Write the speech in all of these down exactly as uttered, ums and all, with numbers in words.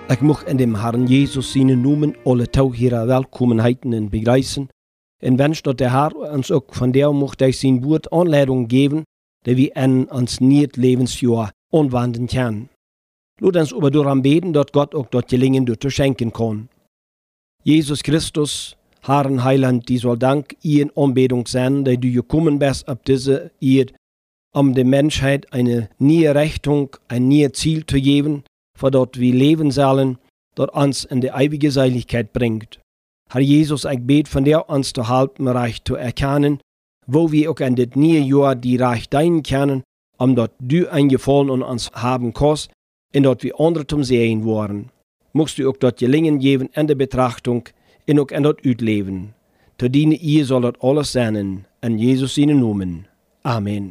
Ik mag in dem Herrn Jesus seinen Namen alle Tau ihrer Willkommenheiten en begreißen. En wens dat der Herr uns ook van der mocht durch sein Wort Anleitung geben, die wir in ons nieuw Lebensjahr anwenden können. Laat uns aber daran beten, dass Gott auch dort gelingen dort schenken kann. Jesus Christus, Herrn Heiland, die soll Dank Ihnen Anbetung sein, dass du gekommen bist auf diese Erde, um der Menschheit eine neue Richtung, ein neues Ziel zu geben, für dort wir leben sollen, das uns in die ewige Seligkeit bringt. Herr Jesus, ich bete von dir uns zu helfen, Reich zu erkennen, wo wir auch in das neue Jahr die Reich deinen können, um dort du ein Gefallen an uns haben kannst, und dort wir andere zum Sehen waren. Musst du auch dort gelingen geben in der Betrachtung und auch in dort Utleben. Zu dienen ihr soll dort alles sein, in Jesus seinen Namen. Amen.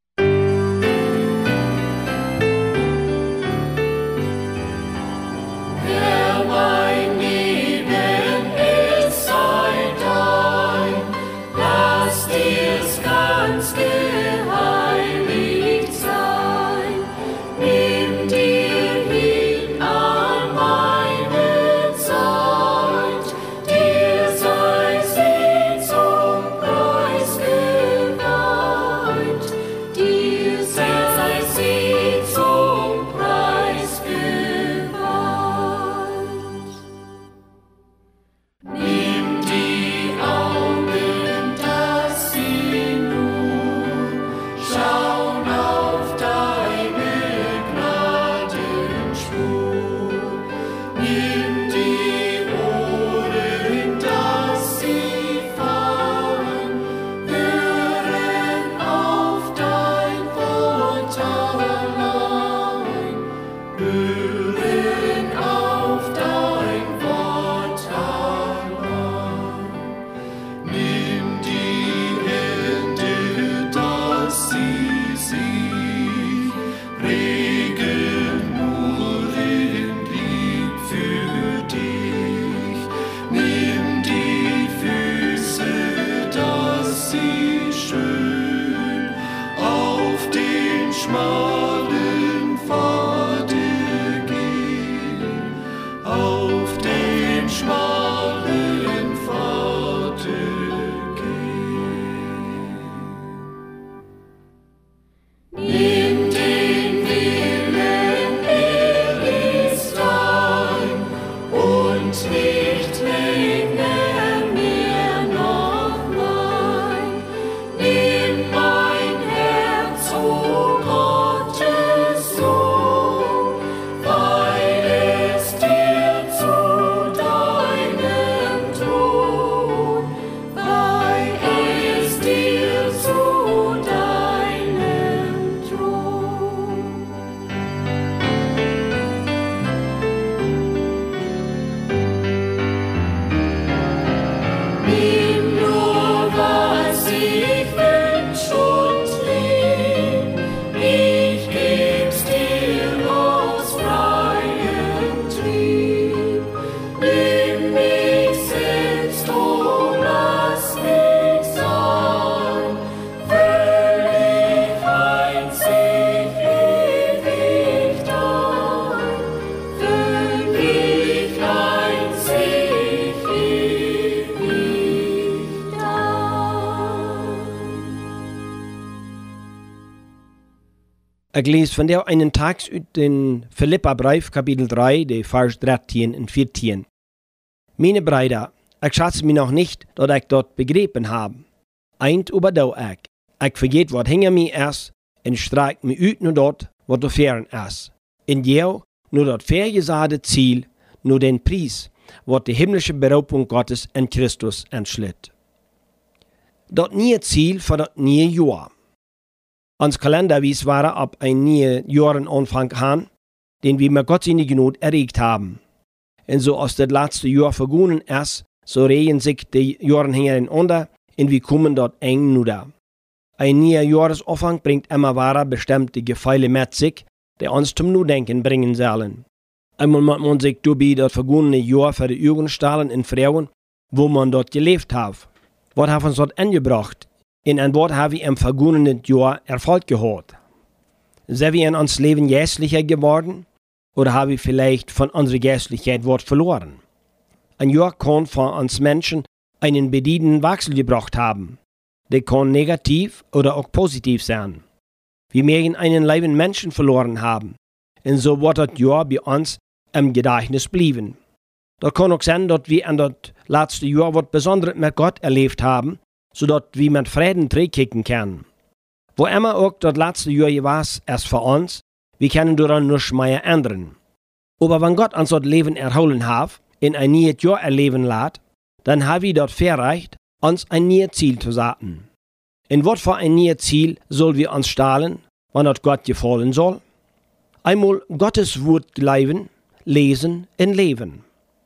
Ich lese von der einen Text aus den Philipperbrief, Kapitel drei, die Vers dreizehn und vierzehn. Meine Brüder, ich schätze mich noch nicht, dass ich dort begriffen habe. Eint über da ich. Ich vergeht, was hinter mir ist, und streik mich ut nur dort, was da fern ist. In jou, nur dort vergesagte Ziel, nur den Preis, was die himmlische Berufung Gottes in Christus entschlitt. Dort nie Ziel für das nie Jahr. Uns Kalender wies waren ab ein neuen Jahrenanfang an, den wir mit Gott seine Gnade erregt haben. Und so aus das letzte Jahr vergangen ist, so regen sich die Jahren hintereinander und wir kommen dort eng nuder. Ein neuer Jahresanfang bringt immer wahrer bestimmte Gefeile mit sich, die uns zum Nudenken bringen sollen. Einmal muss man sich dabei das vergangene Jahr für die Augen stellen in Frauen, wo man dort gelebt hat. Was hat uns dort angebracht? In ein Wort haben wir im vergangenen Jahr Erfolg gehabt. Sind wir in uns Leben jässlicher geworden? Oder haben wir vielleicht von unserer Geistlichkeit Wort verloren? Ein Jahr kann von uns Menschen einen bedienten Wechsel gebracht haben. Der kann negativ oder auch positiv sein. Wir mögen einen lieben Menschen verloren haben. Und so wird das Jahr bei uns im Gedächtnis bleiben. Das kann auch sein, dass wir an das letzte Jahr was Besonderes mit Gott erlebt haben, sodass wir mit Frieden zurückkicken können. Wo immer auch das letzte Jahr war, ist für uns, wir können daran nicht mehr ändern. Aber wenn Gott uns das Leben erholen hat, in ein neues Jahr erleben lässt, dann haben wir dort verreicht, uns ein neues Ziel zu setzen. In was für ein neues Ziel soll wir uns stellen, wenn das Gott gefallen soll? Einmal Gottes Wort glauben, lesen und leben.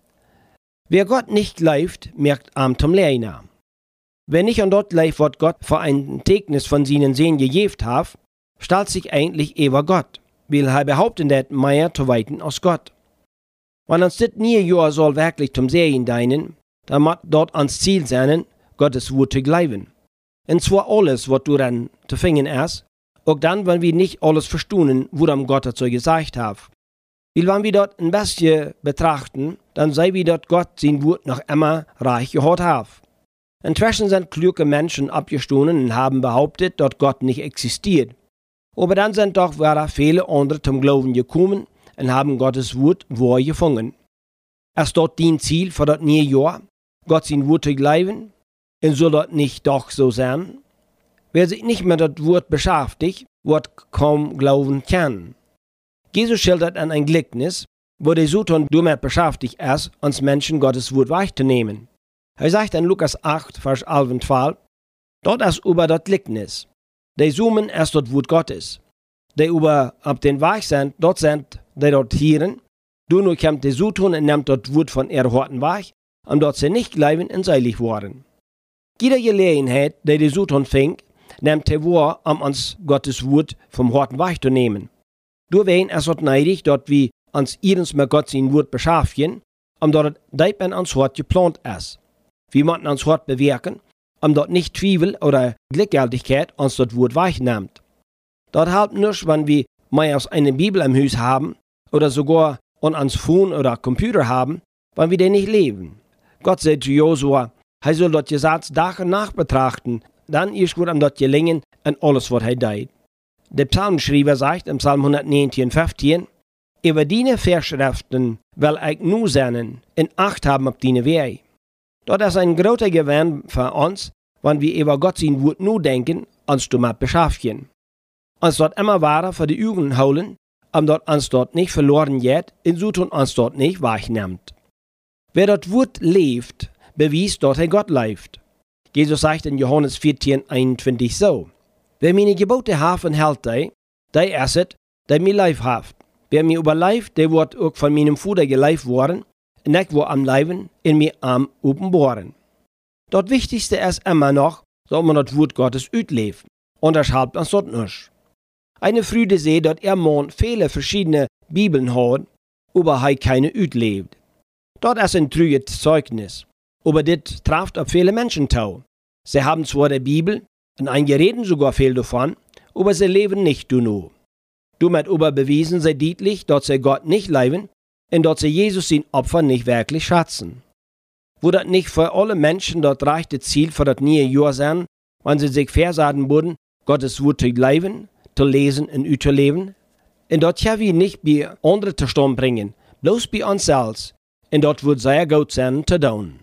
Wer Gott nicht glaubt, merkt am zum Lernen. Wer nicht an dort lebt, was Gott für ein Tegnis von seinen Sehen gegeben hat, stellt sich eigentlich über Gott, weil er behauptet, dass mehr zu weiten als Gott. Wenn uns das neue Jahr soll wirklich zum Sehen dienen, dann muss dort ans Ziel sein, Gottes Wort zu glauben. Und zwar alles, was du dann zu finden ist, auch dann, wenn wir nicht alles verstehen, worum Gott dazu gesagt hat. Weil wenn wir dort ein bisschen betrachten, dann sei wie dort Gott sein Wort noch immer reich gehabt hat. Inzwischen sind kluge Menschen abgestanden und haben behauptet, dass Gott nicht existiert. Aber dann sind doch wieder viele andere zum Glauben gekommen und haben Gottes Wort wahr gefunden. Ist dort dein Ziel für das neue Jahr, Gott sein Wort zu glauben? Und soll das nicht doch so sein? Wer sich nicht mit das Wort beschäftigt, wird kaum glauben können. Jesus schildert an ein Gleichnis, wo der Satan damit beschäftigt ist, uns Menschen Gottes Wort wahrzunehmen. Er sagt in Lukas acht, Vers elf und zwölf, dort ist über das Gleichnis. Die Sumen ist das Wort Gottes. Die über ab den Weg sind, dort sind die dort hören. Du nur kommt der Satan und nimmt das Wort von ihrem harten Weg, und dort sie nicht glauben und seilig worden. Jede Gelegenheit, die der Satan fängt, nimmt er wahr, um uns Gottes Wort vom harten Weg zu nehmen. Deswegen ist es neidig, dass wir uns ihrens mit Gott sein Wort beschäftigen, um dort das in uns Hort geplant ist. Wir müssen uns Hort bewirken, um dort nicht Zweifel oder Gleichgültigkeit uns das Wort wegnimmt. Dort hilft nicht, wenn wir mehr als eine Bibel im Haus haben oder sogar an uns Phone oder Computer haben, wenn wir den nicht leben. Gott sagt zu Josua, er soll das Gesetz Tag und Nacht betrachten, dann ist wird ihm das gelingen an alles, was er tut. Der Psalmschreiber sagt im Psalm hundertneunzehn, fünfzehn, über deine Verschriften will ich nur sehnen, in Acht haben auf deine Wege. Dort ist ein großer Gewinn für uns, wenn wir über Gott sein Wort nur denken, uns damit beschäftigen. Uns dort immer weiter für die Augen holen, um dort uns dort nicht verloren geht, und so tun uns dort nicht wahrnimmt. Wer dort Wort lebt, beweist, dass er Gott lebt. Jesus sagt in Johannes vierzehn, einundzwanzig so, wer meine Gebote hat und hält die, der ist es, der mir Leib hat. Wer mir überleibt, der wird auch von meinem Vater geleibt worden, und ich will am Leiben in mir am Offenbaren. Das Wichtigste ist immer noch, dass man das Wort Gottes utlebt. Und das hilft uns dort nicht. Eine Früde sehe, dass er Mann viele verschiedene Bibeln hat, aber er keine utlebt. Das ist ein trüges Zeugnis. Aber das trifft auf viele Menschen zu. Sie haben zwar die Bibel, und einige reden sogar viel davon, aber sie leben nicht nur. Damit aber bewiesen sie deutlich, dass sie Gott nicht leben und dass sie Jesus sein Opfer nicht wirklich schätzen. Wo das nicht für alle Menschen das rechte Ziel für das neue Jahr sein, wenn sie sich versagen würden, Gottes Wort zu leben, zu lesen und zu leben? Und das ja wir nicht bei anderen zustande bringen, bloß bei uns selbst. Und das wird sehr gut sein zu tun.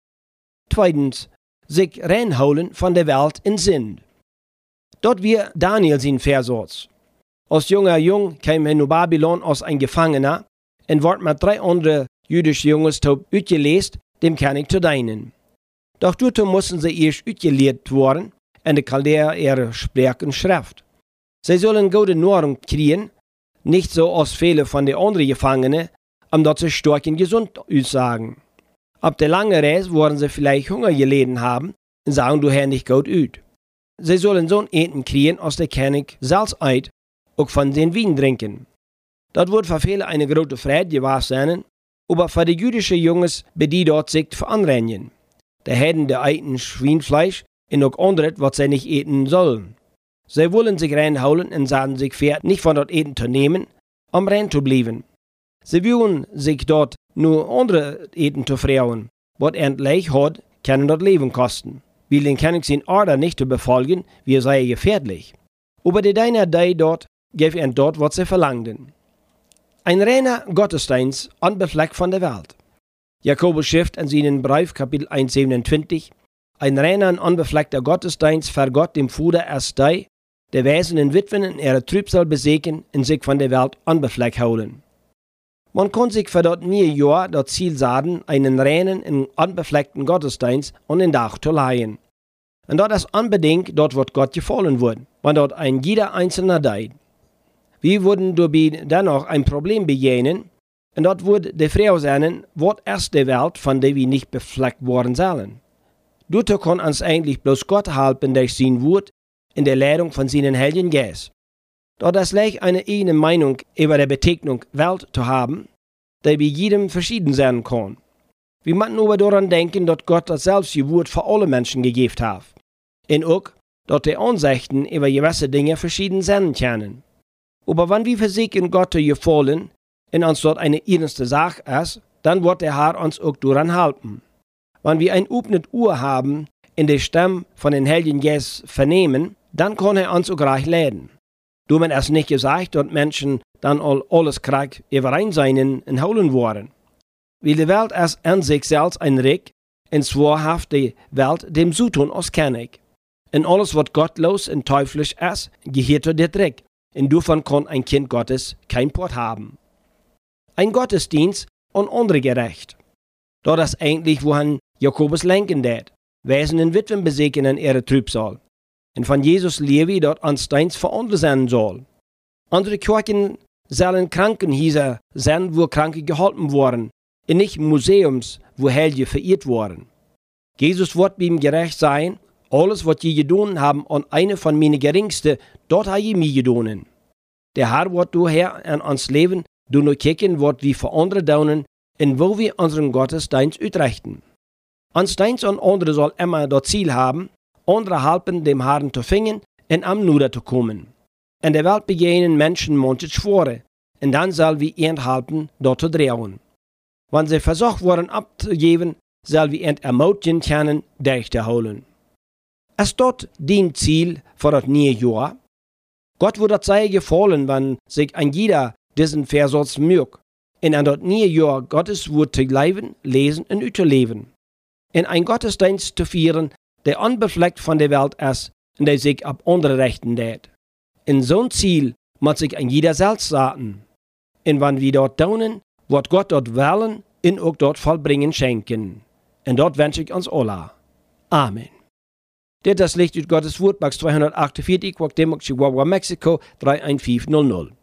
Zweitens, sich reinholen von der Welt in Sinn. Dort wir Daniel sein Versatz. Als junger Jung kam er in Babylon als ein Gefangener und wurde mit drei anderen jüdischen Jungs ausgelesen, dem König zu dienen. Doch dort mussten sie erst ausgelehrt worden, und die Chaldäer ihre Sprache und Schrift. Sie sollen gute Nahrung kriegen, nicht so als viele von den anderen Gefangenen, um dort sie stark und gesund aussagen. Ab der langen Reise werden sie vielleicht Hunger geleden haben und sagen, du Herr nicht gut ut. Sie sollen so ein Eten kriegen, als der König selbst eid, auch von den Wein trinken. Das wird für viele eine große Freude gewesen sein, aber für die jüdischen Jungs bedient dort sich veranrennen. Die hätten der eiten Schweinfleisch und auch anderes, was sie nicht eten sollen. Sie wollen sich reinholen und sagen sich fährt, nicht von dort Eten zu nehmen, um rein zu bleiben. Sie wollen sich dort nur andere Eten zu freuen, was endlich hat, können dort Leben kosten. Weil den kann ich sin Order nicht zu befolgen, wir sei gefährlich. Aber die deiner Dei dort, gäf ihnen dort, was sie verlangten. Ein reiner Gottesdienst, unbefleckt von der Welt. Jakobus schrift in seinem Brief, Kapitel eins, siebenundzwanzig, ein reiner und unbefleckter Gottesdienst ver Gott dem Vater erst Dei, der wesenen Witwen in ihre Trübsal besegen und sich von der Welt unbefleckt holen. Man kann sich für dort nie Jahr das Ziel sagen, einen reinen und unbefleckten Gottesdienst an den Tag zu leihen. Und dort ist unbedingt dort, wo Gott gefallen wird, wenn dort ein jeder Einzelne deit. Wir würden dabei dennoch ein Problem begegnen, und dort wird die Frau sein, was erst die Welt, von der wir nicht befleckt worden sollen. Dazu kann uns eigentlich bloß Gott helfen durch sein Wort in der Lehrung von seinen Heiligen Geist. Dort ist leicht eine eigene Meinung über die Bezeichnung Welt zu haben, die bei jedem verschieden sein kann. Wir müssen aber daran denken, dass Gott das selbst Wort für alle Menschen gegeben hat. Und auch, dass die Ansichten über gewisse Dinge verschieden sein können. Aber wenn wir versuchen, Gott zu gefallen, und uns dort eine ernste Sache ist, dann wird der Herr uns auch daran helfen. Wenn wir ein offenes Ohr haben, in der Stimme von den Heiligen Geist vernehmen, dann kann er uns auch reich leiden. Damit ist nicht gesagt, dass Menschen dann all alles Krieg überein sein und holen wollen. Weil die Welt ist an sich selbst ein Reich, und zwar die Welt dem Zutun aus kennig. Und alles, was gottlos und teuflisch ist, gehört zu der Dreck. Und davon kann ein Kind Gottes kein Port haben. Ein Gottesdienst und andere gerecht. Dort ist eigentlich, wohin Jakobus lenken det, wesenen Witwen besegnen ihre Trübsal. Und von Jesus Levi dort ans Dienst für andere sein soll. Andere Kirchen sollen Krankenhäuser sein, wo Kranke geholfen wurden, und nicht Museums, wo Helden verehrt wurden. Jesus wird bei ihm gerecht sein, alles, was je getan haben, an eine von meinen Geringsten, dort habe ich mir getan. Der Herr wird daher an uns Leben, du nur kicken, was wir für andere daunen, und wo wir unseren Gottesdienst utrechten. Uns Dienst an andere soll immer das Ziel haben, andere helfen, dem Herrn zu finden und am Nuder zu kommen. In der Welt begegnen Menschen manches Schwore, und dann soll wir ihnen helfen, dort zu drehen. Wenn sie versucht worden abzugeben, soll wir ihnen ermutigen können, durchzuholen. Es dort dient Ziel für das neue Jahr. Gott würde das sei gefallen, wenn sich ein jeder diesen Vers mögt, in an das neue Jahr Gottes Wort zu leben, lesen und zu leben. In ein Gottesdienst zu führen, der unbefleckt von der Welt ist und der sich ab andere Rechten tät. In so'n Ziel muss sich ein jeder selbst sagen. Und wenn wir dort tun, wird Gott dort wählen und auch dort vollbringen schenken. Und dort wünsche ich uns alle. Amen. Dit is Licht uit Gottes Woord, Max tweehonderdachtveertig, Chihuahua, Mexico, drei eins fünf null null.